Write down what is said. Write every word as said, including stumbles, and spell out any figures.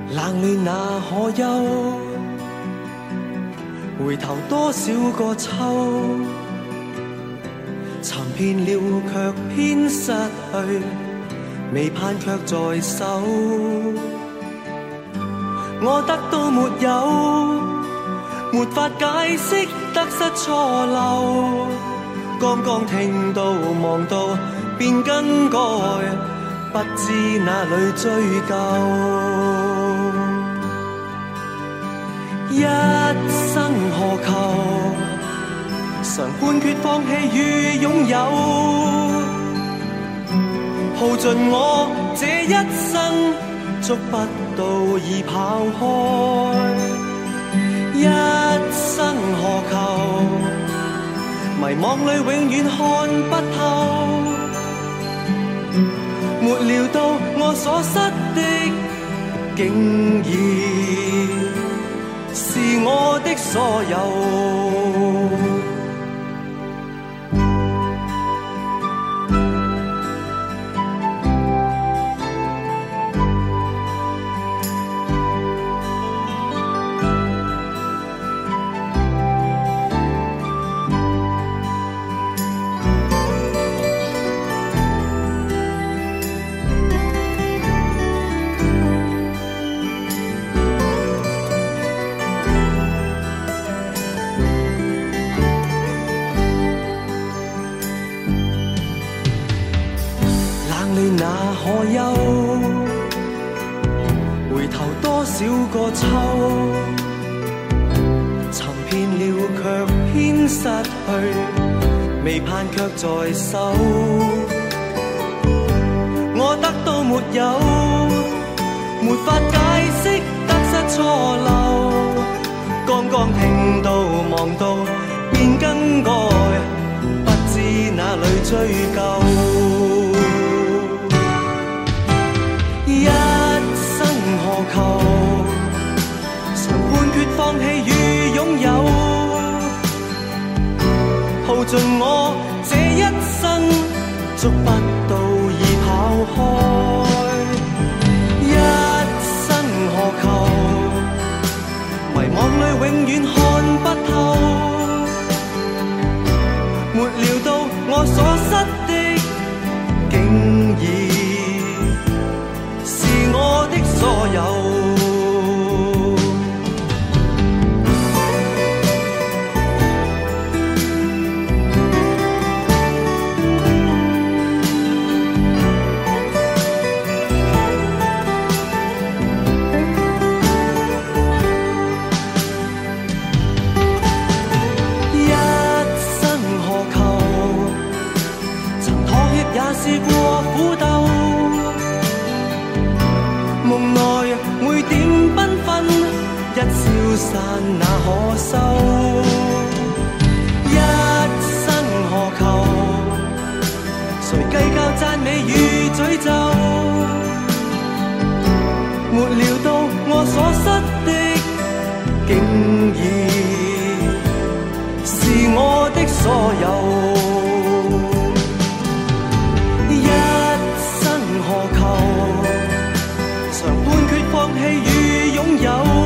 冷暖那可休？回頭多少個秋，尋遍了卻偏失去，未盼卻在手。我得到沒有，沒法解釋得失錯漏。剛剛聽到望到便更改，不知哪裏追究。一生何求？常判決放棄與擁有，耗盡我這一生，捉不到已跑開。一生何求？迷惘裏永遠看不透，沒料到我所失的，竟然是我的所有。那可休？回頭多少個秋，尋遍了卻偏失去，未盼卻在手。我得到沒有，沒法解釋得失錯漏。剛剛聽到望到便更改，不知哪裏追究。一生何求？常判決放棄與擁有，耗盡我這一生，捉不到已跑開。一生何求？迷惘裏永遠看不透，沒料到我所失的，竟然我的所有。一生何求？曾妥協也試過苦鬥，夢內每點繽紛，一消散那可收？一生何求？誰計較讚美與詛咒？沒料到我所失的，竟然是我的所有。一生何求？常判決放棄與擁有，